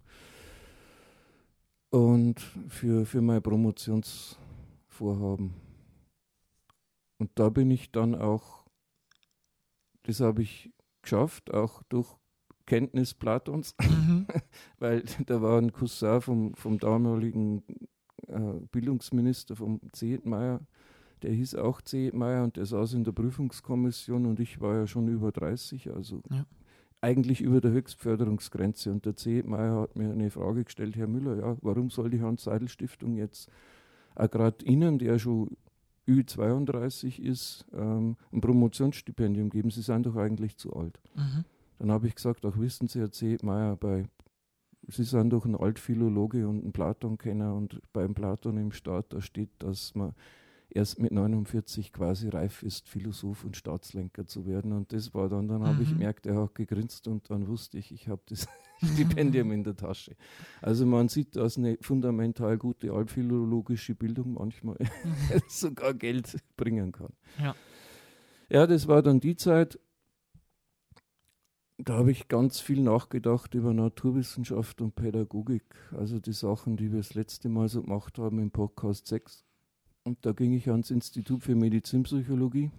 Und für mein Promotionsvorhaben. Und da bin ich dann auch, das habe ich geschafft, auch durch Kenntnis Platons, weil da war ein Cousin vom damaligen Bildungsminister, vom C. Meyer, der hieß auch C. Meyer und der saß in der Prüfungskommission und ich war ja schon über 30, also eigentlich über der Höchstförderungsgrenze. Und der C. Meyer hat mir eine Frage gestellt, Herr Müller, ja, warum soll die Hans-Seidel-Stiftung jetzt auch gerade Ihnen, der schon Ü32 ist, ein Promotionsstipendium geben? Sie sind doch eigentlich zu alt. Dann habe ich gesagt, ach wissen Sie, Herr C. Meyer, Sie sind doch ein Altphilologe und ein Platon-Kenner und beim Platon im Staat, da steht, dass man erst mit 49 quasi reif ist, Philosoph und Staatslenker zu werden. Und das war dann habe ich gemerkt, er hat gegrinst und dann wusste ich habe das Stipendium in der Tasche. Also man sieht, dass eine fundamental gute altphilologische Bildung manchmal sogar Geld bringen kann. Ja, das war dann die Zeit, da habe ich ganz viel nachgedacht über Naturwissenschaft und Pädagogik. Also die Sachen, die wir das letzte Mal so gemacht haben im Podcast 6. Und da ging ich ans Institut für Medizinpsychologie.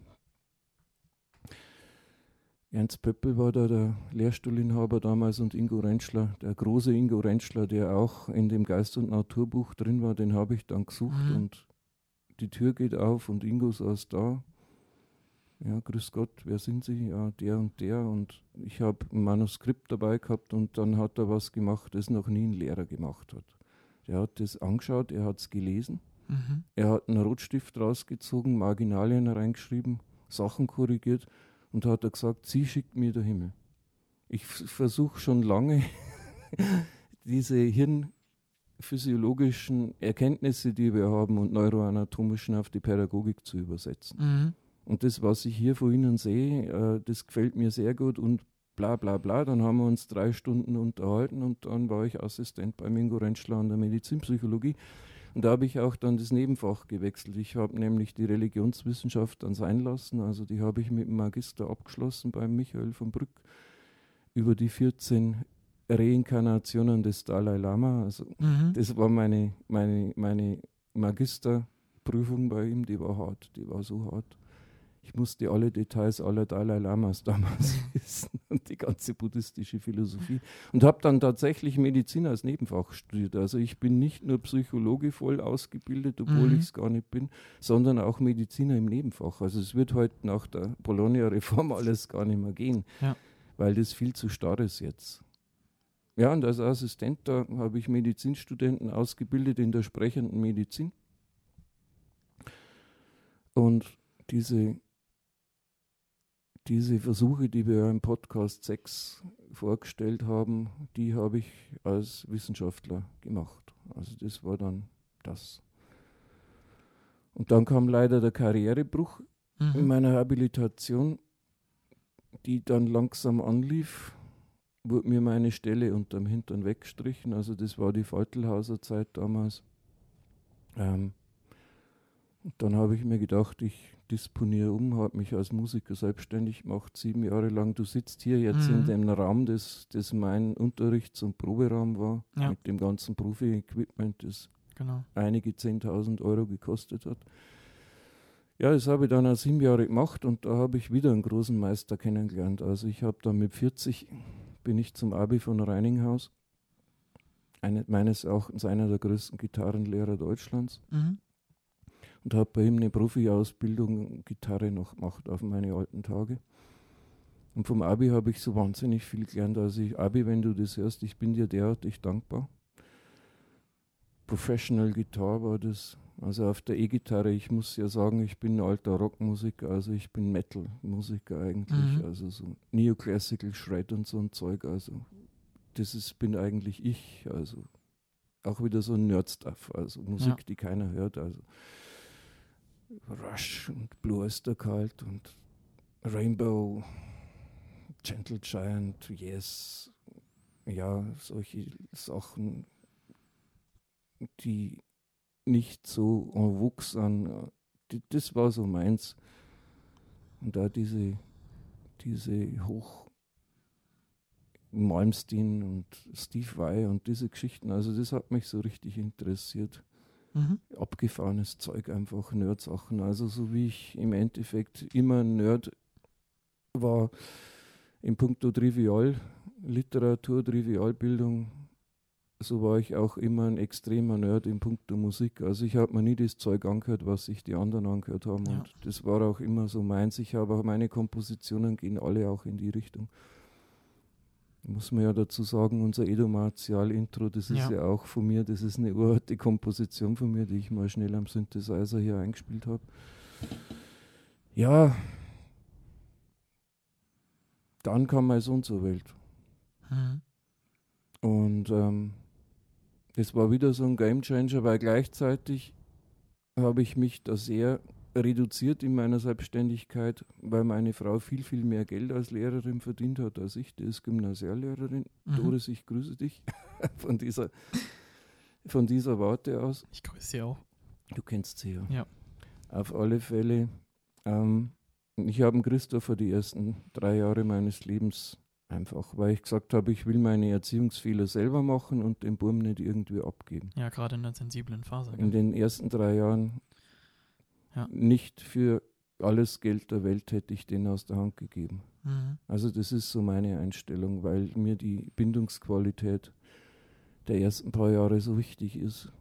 Ernst Pöppel war da der Lehrstuhlinhaber damals und Ingo Rentschler, der große Ingo Rentschler, der auch in dem Geist- und Naturbuch drin war, den habe ich dann gesucht und die Tür geht auf und Ingo saß da. Ja, grüß Gott, wer sind Sie? Ja, der und der. Und ich habe ein Manuskript dabei gehabt und dann hat er was gemacht, das noch nie ein Lehrer gemacht hat. Der hat das angeschaut, er hat es gelesen. Er hat einen Rotstift rausgezogen, Marginalien reingeschrieben, Sachen korrigiert und hat er gesagt, sie schickt mir der Himmel. Ich versuche schon lange, diese hirnphysiologischen Erkenntnisse, die wir haben und neuroanatomischen auf die Pädagogik zu übersetzen. Und das, was ich hier vor Ihnen sehe, das gefällt mir sehr gut und bla bla bla. Dann haben wir uns 3 Stunden unterhalten und dann war ich Assistent bei Ingo Rentschler an der Medizinpsychologie. Und da habe ich auch dann das Nebenfach gewechselt. Ich habe nämlich die Religionswissenschaft dann sein lassen. Also die habe ich mit dem Magister abgeschlossen bei Michael von Brück über die 14 Reinkarnationen des Dalai Lama. Also das war meine Magisterprüfung bei ihm. Die war hart, die war so hart. Ich musste alle Details aller Dalai Lamas damals wissen und die ganze buddhistische Philosophie. Und habe dann tatsächlich Medizin als Nebenfach studiert. Also ich bin nicht nur Psychologe voll ausgebildet, obwohl ich es gar nicht bin, sondern auch Mediziner im Nebenfach. Also es wird heute nach der Bologna-Reform alles gar nicht mehr gehen, weil das viel zu starr ist jetzt. Ja, und als Assistent da habe ich Medizinstudenten ausgebildet in der sprechenden Medizin. Und diese Versuche, die wir im Podcast 6 vorgestellt haben, die habe ich als Wissenschaftler gemacht. Also das war dann das. Und dann kam leider der Karrierebruch in meiner Habilitation, die dann langsam anlief, wurde mir meine Stelle unterm Hintern weggestrichen. Also das war die Faltelhauser Zeit damals. Und dann habe ich mir gedacht, ich disponiere habe mich als Musiker selbstständig gemacht, 7 Jahre lang. Du sitzt hier jetzt in dem Raum, das mein Unterrichts- und Proberaum war, mit dem ganzen Profi-Equipment, das einige 10.000 Euro gekostet hat. Ja, das habe ich dann auch 7 Jahre gemacht und da habe ich wieder einen großen Meister kennengelernt. Also ich habe dann mit 40 bin ich zum Abi von Reininghaus, meines Erachtens einer der größten Gitarrenlehrer Deutschlands. Und habe bei ihm eine Profi-Ausbildung Gitarre noch gemacht auf meine alten Tage. Und vom Abi habe ich so wahnsinnig viel gelernt. Also Abi, wenn du das hörst, ich bin dir derartig dankbar. Professional Guitar war das, also auf der E-Gitarre. Ich muss ja sagen, ich bin ein alter Rockmusiker, also ich bin Metal-Musiker eigentlich. Also so Neoclassical, Shred und so ein Zeug. Also bin eigentlich ich. Also auch wieder so ein Nerd-Stuff, also Musik, die keiner hört. Also Rush und Blue Oyster Cult und Rainbow, Gentle Giant, Yes, ja, solche Sachen, die nicht so en vogue sind, das war so meins. Und da diese Malmsteen und Steve Vai und diese Geschichten, also das hat mich so richtig interessiert. Abgefahrenes Zeug, einfach Nerd-Sachen. Also so wie ich im Endeffekt immer ein Nerd war in puncto Literatur, Trivialbildung, so war ich auch immer ein extremer Nerd in puncto Musik. Also ich habe mir nie das Zeug angehört, was sich die anderen angehört haben. Und das war auch immer so meins. Ich habe auch meine Kompositionen gehen alle auch in die Richtung. Muss man ja dazu sagen, unser Edo-Martial-Intro, das ist ja auch von mir, das ist eine uralte Komposition von mir, die ich mal schnell am Synthesizer hier eingespielt habe. Ja, dann kam mein Sohn zur Welt. Und das war wieder so ein Gamechanger, weil gleichzeitig habe ich mich da sehr reduziert in meiner Selbstständigkeit, weil meine Frau viel, viel mehr Geld als Lehrerin verdient hat als ich. Die ist Gymnasiallehrerin. Doris, ich grüße dich von dieser Warte aus. Ich grüße sie auch. Du kennst sie ja. Ja. Auf alle Fälle. Ich habe Christopher die ersten 3 Jahre meines Lebens einfach, weil ich gesagt habe, ich will meine Erziehungsfehler selber machen und den Burm nicht irgendwie abgeben. Ja, gerade in der sensiblen Phase. In den ersten 3 Jahren nicht für alles Geld der Welt hätte ich den aus der Hand gegeben. Also das ist so meine Einstellung, weil mir die Bindungsqualität der ersten paar Jahre so wichtig ist.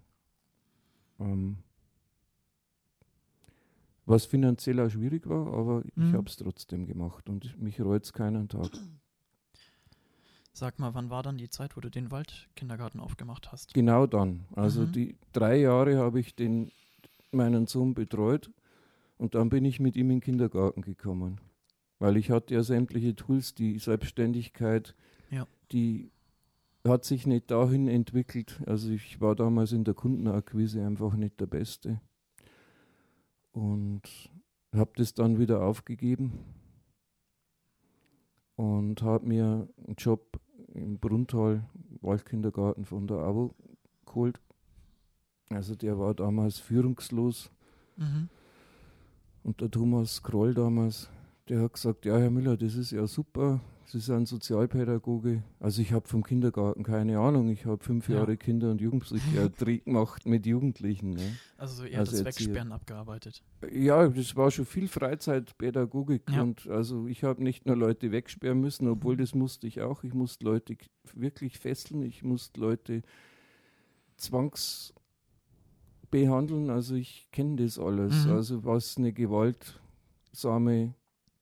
Was finanziell auch schwierig war, aber ich habe es trotzdem gemacht und mich reut es keinen Tag. Sag mal, wann war dann die Zeit, wo du den Waldkindergarten aufgemacht hast? Genau dann. Also die 3 Jahre habe ich den meinen Sohn betreut und dann bin ich mit ihm in den Kindergarten gekommen. Weil ich hatte ja sämtliche Tools, die Selbstständigkeit, Ja. die hat sich nicht dahin entwickelt. Also ich war damals in der Kundenakquise einfach nicht der Beste. Und habe das dann wieder aufgegeben und habe mir einen Job im Brunntal, Waldkindergarten von der AWO geholt. Also der war damals führungslos. Mhm. Und der Thomas Kroll damals, der hat gesagt, ja Herr Müller, das ist ja super, Sie sind Sozialpädagoge. Also ich habe vom Kindergarten keine Ahnung, ich habe 5 Jahre Kinder- und Jugendpsychiatrie gemacht mit Jugendlichen. Ne? Also eher das Wegsperren abgearbeitet. Ja, das war schon viel Freizeitpädagogik Ja. und also ich habe nicht nur Leute wegsperren müssen, obwohl das musste ich auch. Ich musste Leute wirklich fesseln, ich musste Leute zwangsbehandeln, also ich kenne das alles. Mhm. Also was eine gewaltsame,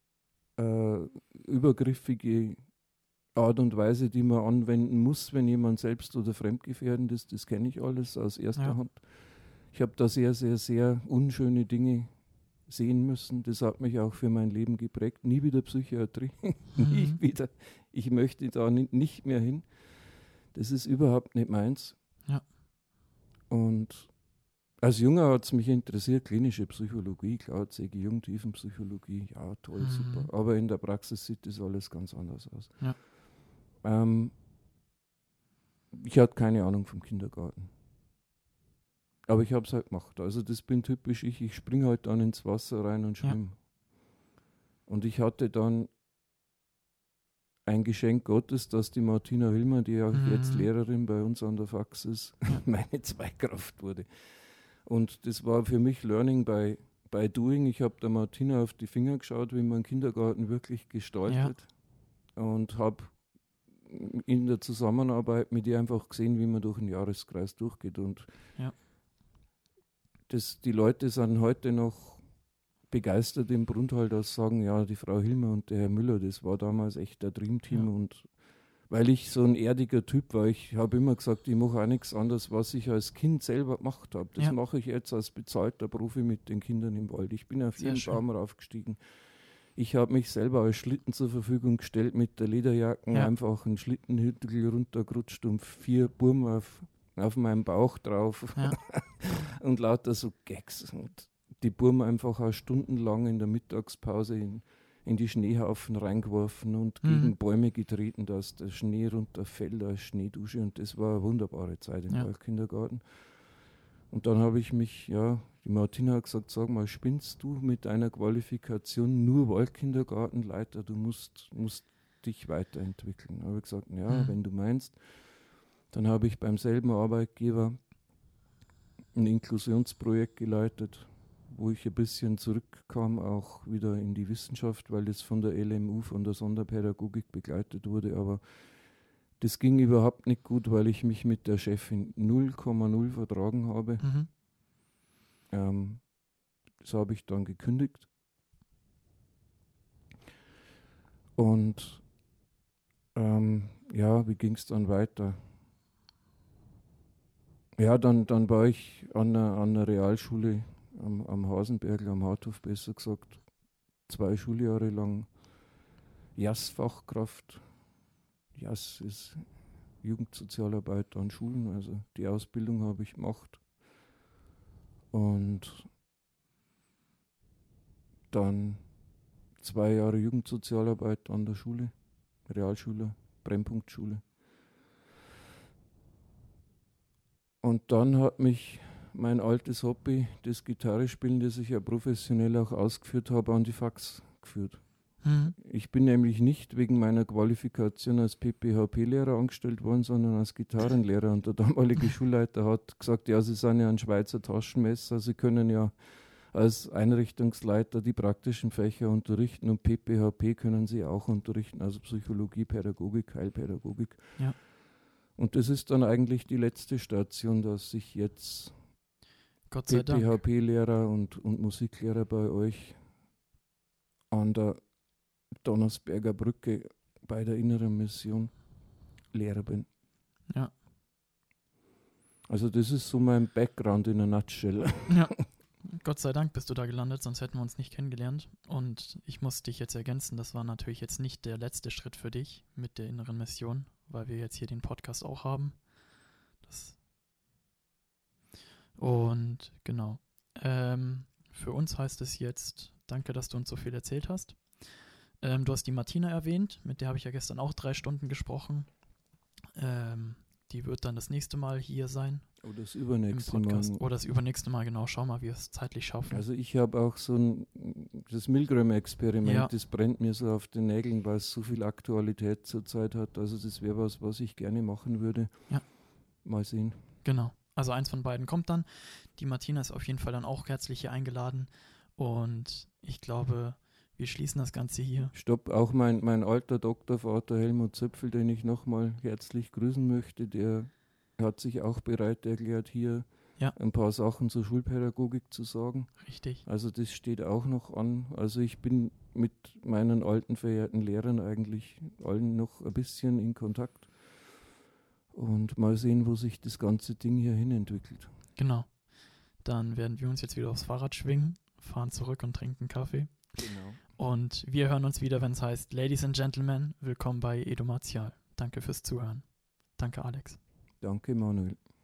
übergriffige Art und Weise, die man anwenden muss, wenn jemand selbst oder fremdgefährdend ist, das kenne ich alles aus erster Hand. Ich habe da sehr, sehr, sehr unschöne Dinge sehen müssen. Das hat mich auch für mein Leben geprägt. Nie wieder Psychiatrie, nie wieder. Ich möchte da nicht mehr hin. Das ist überhaupt nicht meins. Ja. Und als Junger hat es mich interessiert, klinische Psychologie, klar, CG Jung, Tiefenpsychologie, ja, toll, super. Aber in der Praxis sieht das alles ganz anders aus. Ja. Ich hatte keine Ahnung vom Kindergarten. Aber ich habe es halt gemacht. Also das bin typisch ich. Ich springe halt dann ins Wasser rein und schwimme. Ja. Und ich hatte dann ein Geschenk Gottes, dass die Martina Hillmer, die ja jetzt Lehrerin bei uns an der Fax ist, meine Zweitkraft wurde. Und das war für mich Learning by Doing. Ich habe der Martina auf die Finger geschaut, wie man Kindergarten wirklich gestaltet. Ja. Und habe in der Zusammenarbeit mit ihr einfach gesehen, wie man durch den Jahreskreis durchgeht. Und die Leute sind heute noch begeistert im Brunntal, dass sagen, ja, die Frau Hillmer und der Herr Müller, das war damals echt der Dreamteam. Ja. Und weil ich so ein erdiger Typ war, ich habe immer gesagt, ich mache auch nichts anderes, was ich als Kind selber gemacht habe. Das mache ich jetzt als bezahlter Profi mit den Kindern im Wald. Ich bin auf jeden Baum raufgestiegen. Ich habe mich selber als Schlitten zur Verfügung gestellt mit der Lederjacke, einfach einen Schlittenhügel runtergerutscht und 4 Burm auf meinem Bauch drauf und lauter so Gags. Und die Burm einfach auch stundenlang in der Mittagspause in die Schneehaufen reingeworfen und gegen Bäume getreten, dass der Schnee runterfällt als Schneedusche. Und das war eine wunderbare Zeit im Waldkindergarten. Und dann habe ich mich, die Martina hat gesagt, sag mal, spinnst du mit deiner Qualifikation nur Waldkindergartenleiter? Du musst dich weiterentwickeln. Da habe ich gesagt, wenn du meinst. Dann habe ich beim selben Arbeitgeber ein Inklusionsprojekt geleitet, wo ich ein bisschen zurückkam, auch wieder in die Wissenschaft, weil das von der LMU, von der Sonderpädagogik begleitet wurde. Aber das ging überhaupt nicht gut, weil ich mich mit der Chefin 0,0 vertragen habe. Das habe ich dann gekündigt. Und wie ging es dann weiter? Ja, dann war ich an einer Realschule am Hasenbergl, am Harthof besser gesagt, 2 Schuljahre lang JAS-Fachkraft. JAS ist Jugendsozialarbeit an Schulen, also die Ausbildung habe ich gemacht. Und dann 2 Jahre Jugendsozialarbeit an der Schule, Realschule, Brennpunktschule. Und dann hat mich mein altes Hobby, das Gitarrespielen, das ich ja professionell auch ausgeführt habe, an die Fax geführt. Ich bin nämlich nicht wegen meiner Qualifikation als PPHP-Lehrer angestellt worden, sondern als Gitarrenlehrer. Und der damalige Schulleiter hat gesagt, ja, Sie sind ja ein Schweizer Taschenmesser, Sie können ja als Einrichtungsleiter die praktischen Fächer unterrichten und PPHP können Sie auch unterrichten, also Psychologie, Pädagogik, Heilpädagogik. Ja. Und das ist dann eigentlich die letzte Station, dass ich jetzt PPHP-Lehrer und Musiklehrer bei euch an der Donnersberger Brücke bei der Inneren Mission Lehrer bin. Ja. Also das ist so mein Background in a nutshell. Ja, Gott sei Dank bist du da gelandet, sonst hätten wir uns nicht kennengelernt. Und ich muss dich jetzt ergänzen, das war natürlich jetzt nicht der letzte Schritt für dich mit der inneren Mission, weil wir jetzt hier den Podcast auch haben. Und genau. Für uns heißt es jetzt, danke, dass du uns so viel erzählt hast. Du hast die Martina erwähnt, mit der habe ich ja gestern auch 3 Stunden gesprochen. Die wird dann das nächste Mal hier sein. Oder das übernächste Mal. Oder das übernächste Mal, genau. Schau mal, wie wir es zeitlich schaffen. Also ich habe auch das Milgram-Experiment, das brennt mir so auf den Nägeln, weil es so viel Aktualität zurzeit hat. Also das wäre was ich gerne machen würde. Ja. Mal sehen. Genau. Also eins von beiden kommt dann. Die Martina ist auf jeden Fall dann auch herzlich hier eingeladen. Und ich glaube, wir schließen das Ganze hier. Stopp, auch mein alter Doktorvater Helmut Zöpfel, den ich nochmal herzlich grüßen möchte, der hat sich auch bereit erklärt, hier ein paar Sachen zur Schulpädagogik zu sagen. Richtig. Also das steht auch noch an. Also ich bin mit meinen alten, verehrten Lehrern eigentlich allen noch ein bisschen in Kontakt. Und mal sehen, wo sich das ganze Ding hier hin entwickelt. Genau. Dann werden wir uns jetzt wieder aufs Fahrrad schwingen, fahren zurück und trinken Kaffee. Genau. Und wir hören uns wieder, wenn es heißt, Ladies and Gentlemen, willkommen bei Edo Martial. Danke fürs Zuhören. Danke, Alex. Danke, Manuel.